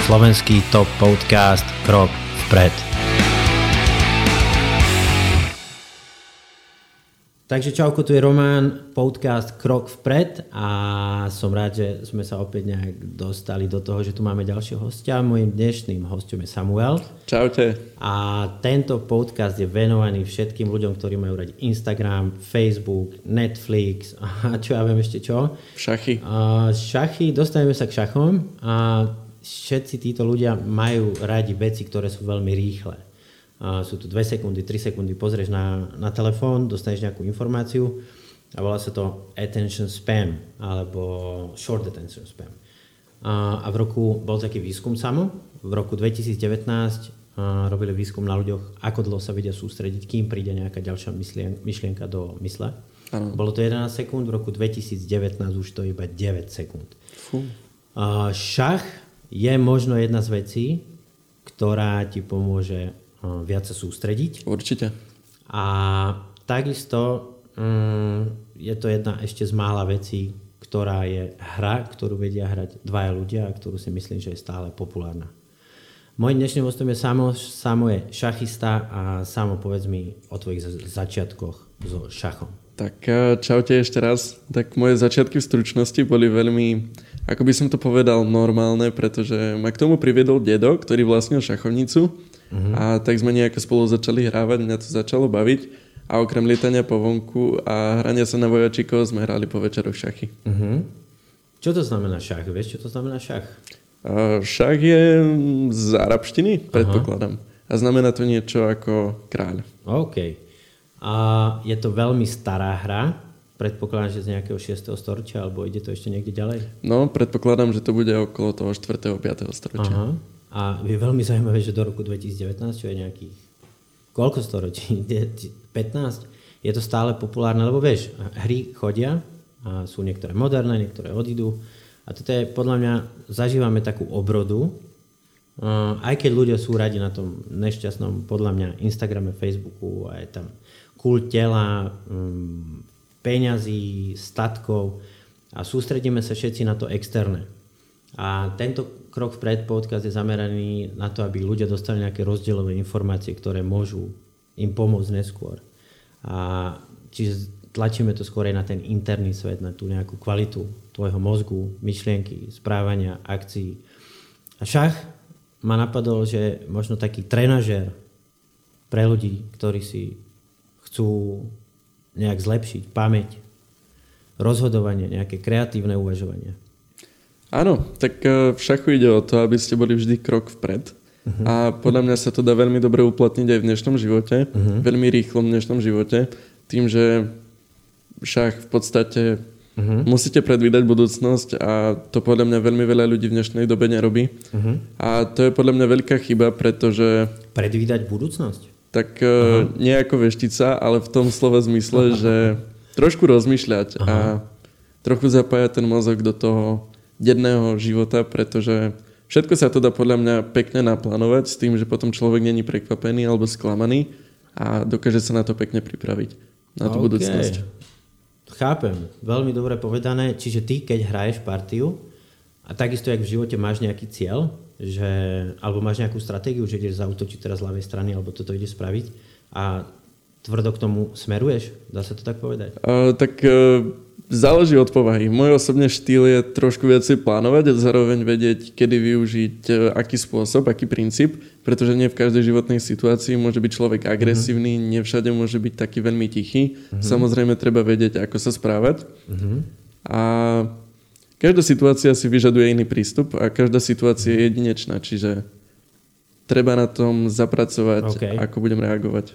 slovenský top podcast Krok vpred. Takže čauko, tu je Roman, podcast Krok vpred a som rád, že sme sa opäť nejak dostali do toho, že tu máme ďalšieho hostia. Mojím dnešným hostom je Samuel. Čaute. A tento podcast je venovaný všetkým ľuďom, ktorí majú radi Instagram, Facebook, Netflix a čo ja viem ešte čo. Šachy. Šachy, dostaneme sa k šachom a všetci títo ľudia majú radi veci, ktoré sú veľmi rýchle. Sú tu 2 sekundy, 3 sekundy, pozrieš na telefón, dostaneš nejakú informáciu a volá sa to attention spam alebo short attention spam. A v roku, bol taký výskum samo, v roku 2019 robili výskum na ľuďoch, ako dlho sa vedia sústrediť, kým príde nejaká ďalšia myšlienka do mysle. Ano. Bolo to 11 sekúnd, v roku 2019 už to iba 9 sekúnd. Šach je možno jedna z vecí, ktorá ti pomôže viac sa sústrediť. Určite. A takisto je to jedna ešte z mála vecí, ktorá je hra, ktorú vedia hrať dvaja ľudia a ktorú si myslím, že je stále populárna. Mojím dnešným hostom je Samo je šachista a Samo, povedz mi o tvojich začiatkoch so šachom. Tak čaute ešte raz. Tak moje začiatky v stručnosti boli veľmi, ako by som to povedal, normálne, pretože ma k tomu priviedol dedo, ktorý vlastnil šachovnicu. A tak sme nejako spolu začali hrávať, mňa to začalo baviť a okrem lietania po vonku a hrania sa na vojačikov sme hrali po večeroch šachy. Čo to znamená šach? Vieš, čo to znamená šach? Šach je z arabštiny, predpokladám. A znamená to niečo ako kráľ. OK. A je to veľmi stará hra? Predpokladám, že z nejakého 6. storočia, alebo ide to ešte niekde ďalej? No, predpokladám, že to bude okolo toho 4. 5. storočia. Aha. A je veľmi zaujímavé, že do roku 2019, čo je nejakých koľko storočí? 15? Je to stále populárne, lebo vieš, hry chodia a sú niektoré moderné, niektoré odídu. A toto je, podľa mňa, zažívame takú obrodu, aj keď ľudia sú radi na tom nešťastnom, podľa mňa, Instagrame, Facebooku, a je tam kult tela, peňazí, statkov a sústredíme sa všetci na to externé. A tento Krok vpred podcast je zameraný na to, aby ľudia dostali nejaké rozdielové informácie, ktoré môžu im pomôcť neskôr. A čiže tlačíme to skôr aj na ten interný svet, na tú nejakú kvalitu tvojho mozgu, myšlienky, správania, akcií. A šach ma napadol, že možno taký trenažér pre ľudí, ktorí si chcú nejak zlepšiť pamäť, rozhodovanie, nejaké kreatívne uvažovanie. Áno, tak v šachu ide o to, aby ste boli vždy krok vpred. A podľa mňa sa to dá veľmi dobre uplatniť aj v dnešnom živote, veľmi rýchlom dnešnom živote, tým, že šach v podstate musíte predvídať budúcnosť a to podľa mňa veľmi veľa ľudí v dnešnej dobe nerobí. A to je podľa mňa veľká chyba, pretože... Predvídať budúcnosť? Tak nie ako veštica, ale v tom slova zmysle, že trošku rozmýšľať a trochu zapájať ten mozog do toho denného života, pretože všetko sa to dá podľa mňa pekne naplánovať s tým, že potom človek není prekvapený alebo sklamaný a dokáže sa na to pekne pripraviť, na tú budúcnosť. Chápem, veľmi dobre povedané. Čiže ty, keď hraješ partiu a takisto, jak v živote máš nejaký cieľ, alebo máš nejakú stratégiu, že ideš zaútočiť teraz z ľavej strany alebo toto ideš spraviť a tvrdo k tomu smeruješ? Dá sa to tak povedať? Záleží od povahy. Môj osobný štýl je trošku viacej plánovať a zároveň vedieť, kedy využiť aký spôsob, aký princíp, pretože nie v každej životnej situácii môže byť človek agresívny, nie všade môže byť taký veľmi tichý. Samozrejme treba vedieť, ako sa správať. A každá situácia si vyžaduje iný prístup a každá situácia je jedinečná, čiže treba na tom zapracovať, ako budem reagovať.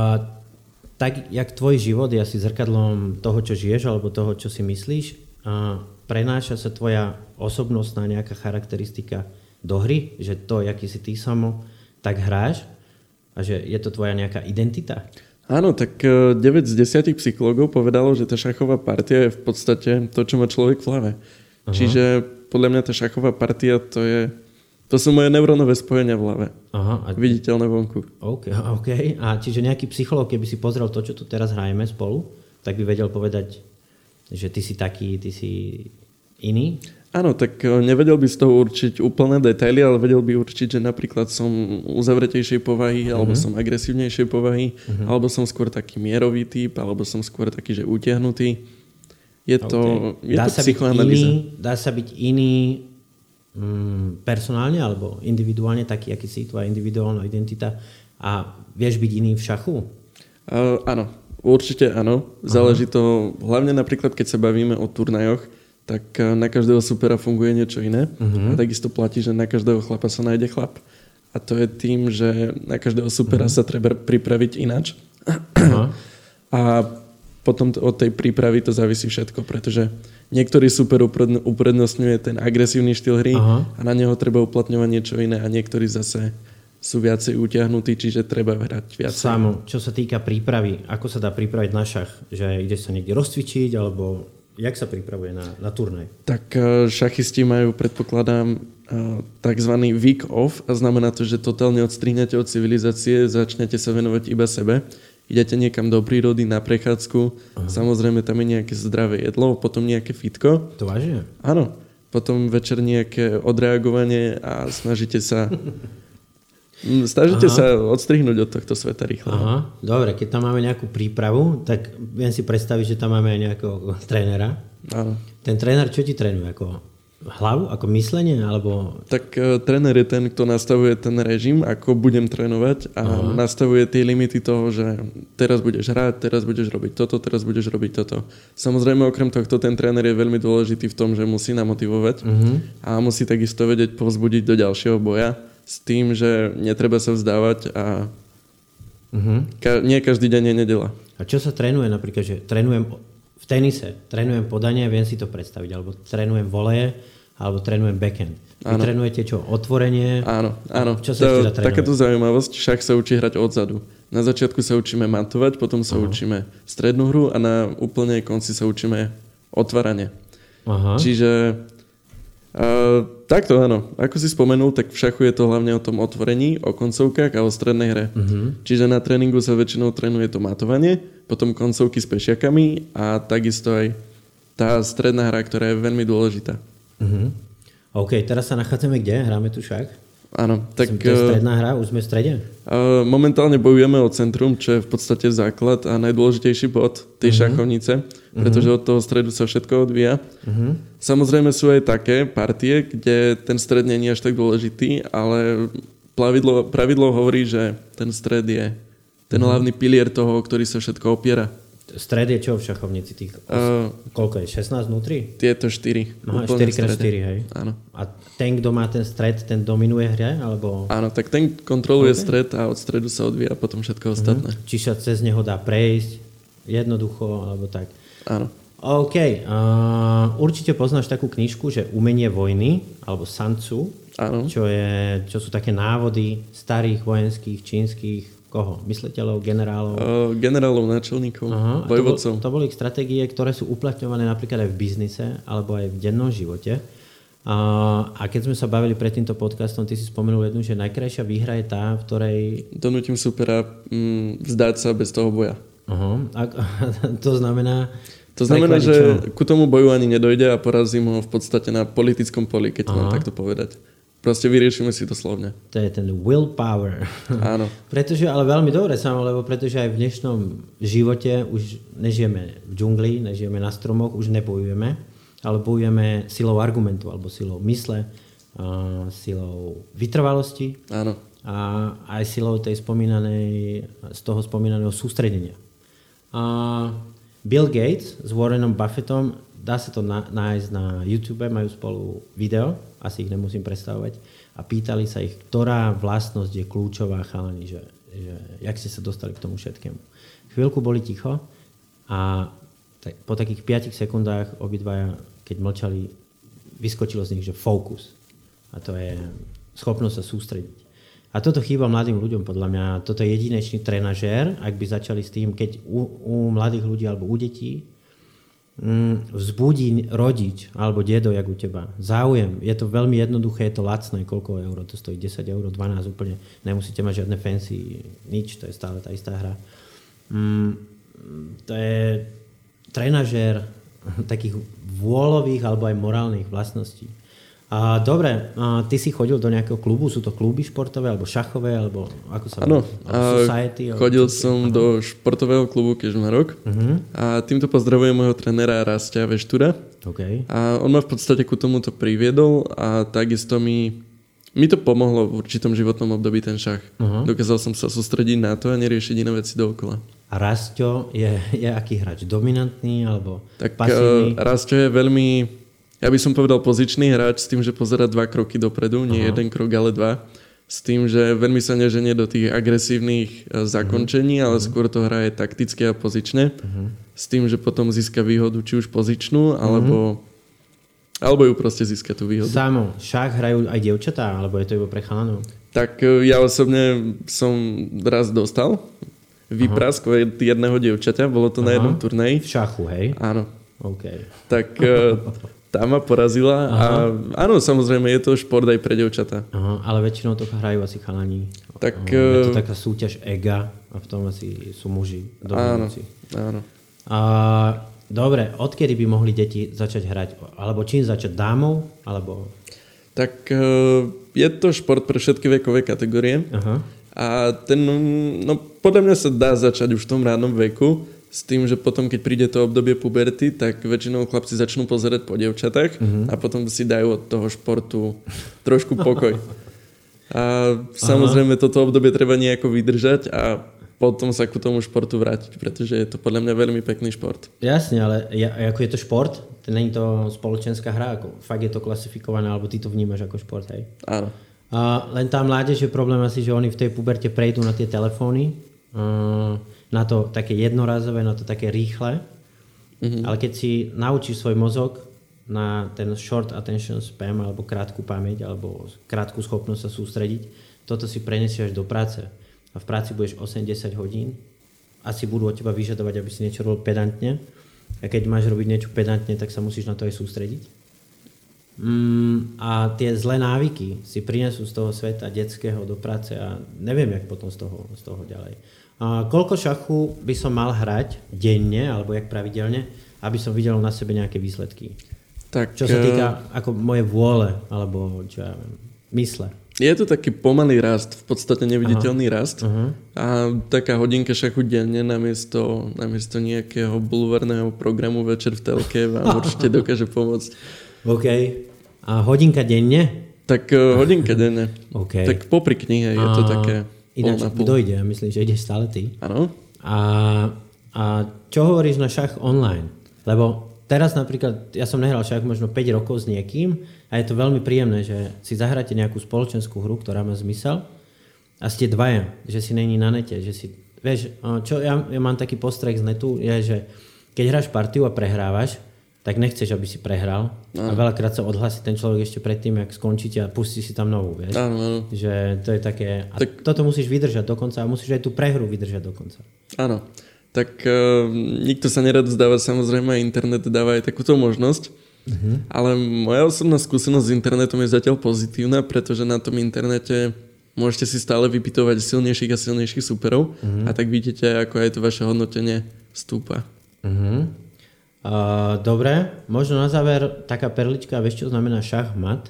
Tak, jak tvoj život je asi zrkadlom toho, čo žiješ, alebo toho, čo si myslíš, prenáša sa tvoja osobnostná nejaká charakteristika do hry, že to, jaký si ty Samo, tak hráš a že je to tvoja nejaká identita? Áno, tak 9 z 10 psychológov povedalo, že tá šachová partia je v podstate to, čo má človek v hlave. Čiže podľa mňa tá šachová partia to sú moje neurónové spojenia v hlave. Viditeľné vonku. OK. A čiže nejaký psychológ, keby si pozrel to, čo tu teraz hrajeme spolu, tak by vedel povedať, že ty si taký, ty si iný? Áno, tak nevedel by z toho určiť úplné detaily, ale vedel by určiť, že napríklad som uzavretejšej povahy, alebo som agresívnejšej povahy, alebo som skôr taký mierový typ, alebo som skôr taký, že utiahnutý. Je to psychoanalýza. Dá sa byť iný personálne alebo individuálne, taký, aký si tvoja individuálna identita a vieš byť iný v šachu? Áno, určite áno. Záleží to, hlavne napríklad, keď sa bavíme o turnajoch, tak na každého supera funguje niečo iné. A takisto platí, že na každého chlapa sa nájde chlap. A to je tým, že na každého supera sa treba pripraviť ináč. A potom od tej prípravy to závisí všetko, pretože niektorý super uprednostňuje ten agresívny štýl hry a na neho treba uplatňovať niečo iné a niektorí zase sú viacej utiahnutí, čiže treba hrať viacej. Samo, čo sa týka prípravy, ako sa dá pripraviť na šach? Že ideš sa niekde rozcvičiť, alebo jak sa pripravuje na turnaj? Tak šachisti majú, predpokladám, takzvaný week off a znamená to, že totálne odstrihnete od civilizácie, začnete sa venovať iba sebe. Idete niekam do prírody, na prechádzku. Samozrejme, tam je nejaké zdravé jedlo, potom nejaké fitko. To vážne? Áno. Potom večer nejaké odreagovanie a snažíte sa odstrihnúť od tohto sveta rýchlo. Dobre, keď tam máme nejakú prípravu, tak viem si predstaviť, že tam máme aj nejakého trénera. Áno. Ten tréner čo ti trénuje? Ako hlavu? Ako myslenie? Alebo... Tak tréner je ten, kto nastavuje ten režim, ako budem trénovať a nastavuje tie limity toho, že teraz budeš hrať, teraz budeš robiť toto, teraz budeš robiť toto. Samozrejme, okrem tohto, ten tréner je veľmi dôležitý v tom, že musí namotivovať a musí takisto vedieť povzbudiť do ďalšieho boja s tým, že netreba sa vzdávať a nie každý deň je nedeľa. A čo sa trénuje napríklad, že trénujem v tenise, trénujem podanie, viem si to predstaviť, alebo trénujem voleje, alebo trénujem backhand. Vy trénujete čo? Otvorenie? Áno. Čo sa ešte dá trénovať? Takáto zaujímavosť, šach sa učí hrať odzadu. Na začiatku sa učíme matovať, potom sa učíme strednú hru a na úplne konci sa učíme otváranie. Čiže takto áno. Ako si spomenul, tak v šachu je to hlavne o tom otvorení, o koncovkách a o strednej hre. Čiže na tréningu sa väčšinou trénuje to matovanie, potom koncovky s pešiakami a takisto aj tá stredná hra, ktorá je veľmi dôležitá. OK, teraz sa nachádzame kde? Hráme tu šach? Áno. Tak, to je stredná hra? Už sme v strede? Momentálne bojujeme o centrum, čo je v podstate základ a najdôležitejší bod tej šachovnice, pretože od toho stredu sa všetko odvíja. Samozrejme sú aj také partie, kde ten stred nie je až tak dôležitý, ale pravidlo hovorí, že ten stred je ten hlavný pilier toho, o ktorý sa všetko opiera. Stred je čo v šachovnici? Koľko je? 16 vnútri? Tieto 4. 4x4, hej? Áno. A ten, kto má ten stred, ten dominuje hre? Alebo... Áno, tak ten kontroluje stred a od stredu sa odvíja potom všetko ostatné. Čiže sa cez neho dá prejsť jednoducho, alebo tak. Áno. OK. Určite poznáš takú knižku, že Umenie vojny, alebo Sun Tzu, čo sú také návody starých vojenských, čínskych koho? Mysliteľov, generálov? Generálov, náčelníkov, vojvodcov. To boli stratégie, ktoré sú uplatňované napríklad aj v biznise alebo aj v dennom živote. A keď sme sa bavili pred týmto podcastom, ty si spomenul jednu, že najkrajšia výhra je tá, v ktorej... Donútim supera vzdať sa bez toho boja. A to znamená... To znamená, že ku tomu boju ani nedojde a porazím ho v podstate na politickom poli, keď to mám takto povedať. Proste vyriešime si to slovne. To je ten willpower. Áno. Pretože, ale veľmi dobre samo, lebo pretože aj v dnešnom živote už nežijeme v džungli, nežijeme na stromoch, už nebojujeme, ale bojujeme silou argumentu, alebo silou mysle, silou vytrvalosti. Áno. A aj silou z toho spomínaného sústredenia. Bill Gates s Warrenom Buffettom, dá sa to nájsť na YouTube, majú spolu video, asi ich nemusím predstavovať, a pýtali sa ich, ktorá vlastnosť je kľúčová, chalani, že jak ste sa dostali k tomu všetkému. Chvíľku boli ticho a po takých 5 sekundách obidvaja, keď mlčali, vyskočilo z nich, že focus. A to je schopnosť sa sústrediť. A toto chýba mladým ľuďom, podľa mňa. Toto je jedinečný trenažér, ak by začali s tým, keď u mladých ľudí alebo u detí vzbudí rodič alebo dedo, jak u teba. Záujem. Je to veľmi jednoduché, je to lacné. Koľko eur? To stojí 10 eur, 12 úplne. Nemusíte mať žiadne fancy, nič. To je stále tá istá hra. To je trenažér takých vôľových alebo aj morálnych vlastností. Dobre, ty si chodil do nejakého klubu, sú to kluby športové, alebo šachové, alebo ako sa Áno, society? Chodil som do športového klubu Kežmarok a týmto pozdravujem môjho trénera Rastia Veštúra. Okay. A on ma v podstate ku tomuto priviedol a takisto mi to pomohlo v určitom životnom období ten šach. Dokázal som sa sústrediť na to a neriešiť iné veci dookola. A Rastio je aký hráč? Dominantný alebo tak, pasívny? Rastio je veľmi... Ja by som povedal pozičný hráč s tým, že pozerá 2 kroky dopredu, nie jeden krok, ale 2. S tým, že veľmi sa neženie do tých agresívnych zakončení, ale skôr to hraje takticky a pozične. S tým, že potom získa výhodu, či už pozičnú, alebo ju proste získa tú výhodu. Samo, šach hrajú aj dievčatá, alebo je to iba pre chalanov? Tak ja osobne som raz dostal výprask od jedného dievčaťa, bolo to na jednom turnaji. V šachu, hej? Áno. OK. Tak... Tá ma porazila a áno, samozrejme, je to šport aj pre dievčatá. Ale väčšinou to hrajú asi chalani. Tak, je to taká súťaž ega a v tom asi sú muži dominujúci. Áno. Dobre, odkedy by mohli deti začať hrať? Alebo čím začať? Dámou? Alebo... Tak je to šport pre všetky vekové kategórie. A ten, podľa mňa sa dá začať už v tom rannom veku. S tým, že potom, keď príde to obdobie puberty, tak väčšinou chlapci začnú pozerať po dievčatách a potom si dajú od toho športu trošku pokoj. A samozrejme toto obdobie treba nejako vydržať a potom sa ku tomu športu vrátiť, pretože je to podľa mňa veľmi pekný šport. Jasne, ale ako je to šport? Není to spoločenská hra? Fakt je to klasifikované, alebo ty to vnímaš ako šport, hej? Áno. Len tá mládež je problém asi, že oni v tej puberte prejdú na tie telefóny, na to také jednorazové, na to také rýchle. Ale keď si naučíš svoj mozog na ten short attention span, alebo krátku pamäť, alebo krátku schopnosť sa sústrediť, toto si prenesieš do práce. A v práci budeš 8-10 hodín. Asi budú od teba vyžadovať, aby si niečo robil pedantne. A keď máš robiť niečo pedantne, tak sa musíš na to aj sústrediť. A tie zlé návyky si prinesú z toho sveta detského do práce a neviem, jak potom z toho ďalej. Koľko šachu by som mal hrať denne, alebo jak pravidelne, aby som videl na sebe nejaké výsledky? Tak, čo sa týka ako moje vôle, alebo čo ja viem, mysle. Je to taký pomalý rast, v podstate neviditeľný rast. A taká hodinka šachu denne namiesto nejakého bulvárneho programu večer v telke vám určite dokáže pomôcť. OK. A hodinka denne? Tak hodinka denne. Okay. Tak popri knihe je to také... Ináč, kto ide? Ja myslím, že ideš stále ty. Áno. A čo hovoríš na šach online? Lebo teraz napríklad, ja som nehral šach možno 5 rokov s niekým a je to veľmi príjemné, že si zahráte nejakú spoločenskú hru, ktorá má zmysel a ste dvaja, že si není na nete, že si, vieš, čo ja mám taký postreh z netu, je, že keď hráš partiu a prehrávaš, tak nechceš, aby si prehral. A veľakrát sa odhlási ten človek ešte predtým, jak skončíte a pustí si tam novú, vieš. Áno. Že to je také... A toto musíš vydržať dokonca a musíš aj tú prehru vydržať dokonca. Áno. Tak nikto sa nerad vzdáva, samozrejme internet dáva aj takúto možnosť. Ale moja osobná skúsenosť s internetom je zatiaľ pozitívna, pretože na tom internete môžete si stále vypytovať silnejších a silnejších superov a tak vidíte, ako aj to vaše hodnotenie stúpa. Dobre, možno na záver taká perlička, vieš, čo znamená šachmat?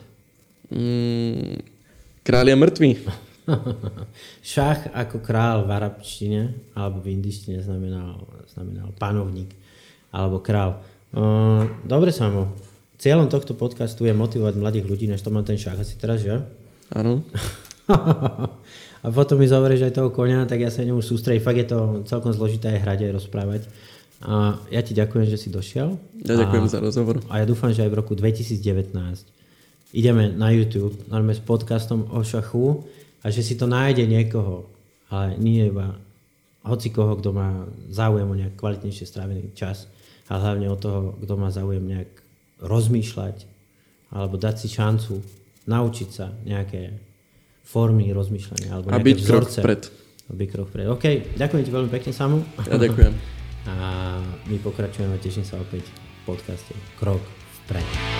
Kráľ je mŕtvý. Šach ako král v arabčine alebo v indištine znamenal panovník alebo král. Dobre, Samo. Cieľom tohto podcastu je motivovať mladých ľudí, než to má ten šach asi teraz, že? Áno. A potom mi zoberieš aj toho koňa, tak ja sa nemu sústredím. Fakt je to celkom zložité aj hrať, aj rozprávať. A ja ti ďakujem, že si došiel. Ja ďakujem za rozhovor. A ja dúfam, že aj v roku 2019 ideme na YouTube, s podcastom o šachu a že si to nájde niekoho, ale nie iba hocikoho, kto má záujem o nejak kvalitnejšie strávený čas a hlavne o toho, kto má záujem nejak rozmýšľať alebo dať si šancu naučiť sa nejaké formy rozmýšľania alebo nejaké vzorce. A byť krok vpred. OK, ďakujem ti veľmi pekne, Samu. Ja ďakujem. A my pokračujeme, teším sa opäť v podcaste Krok vpred.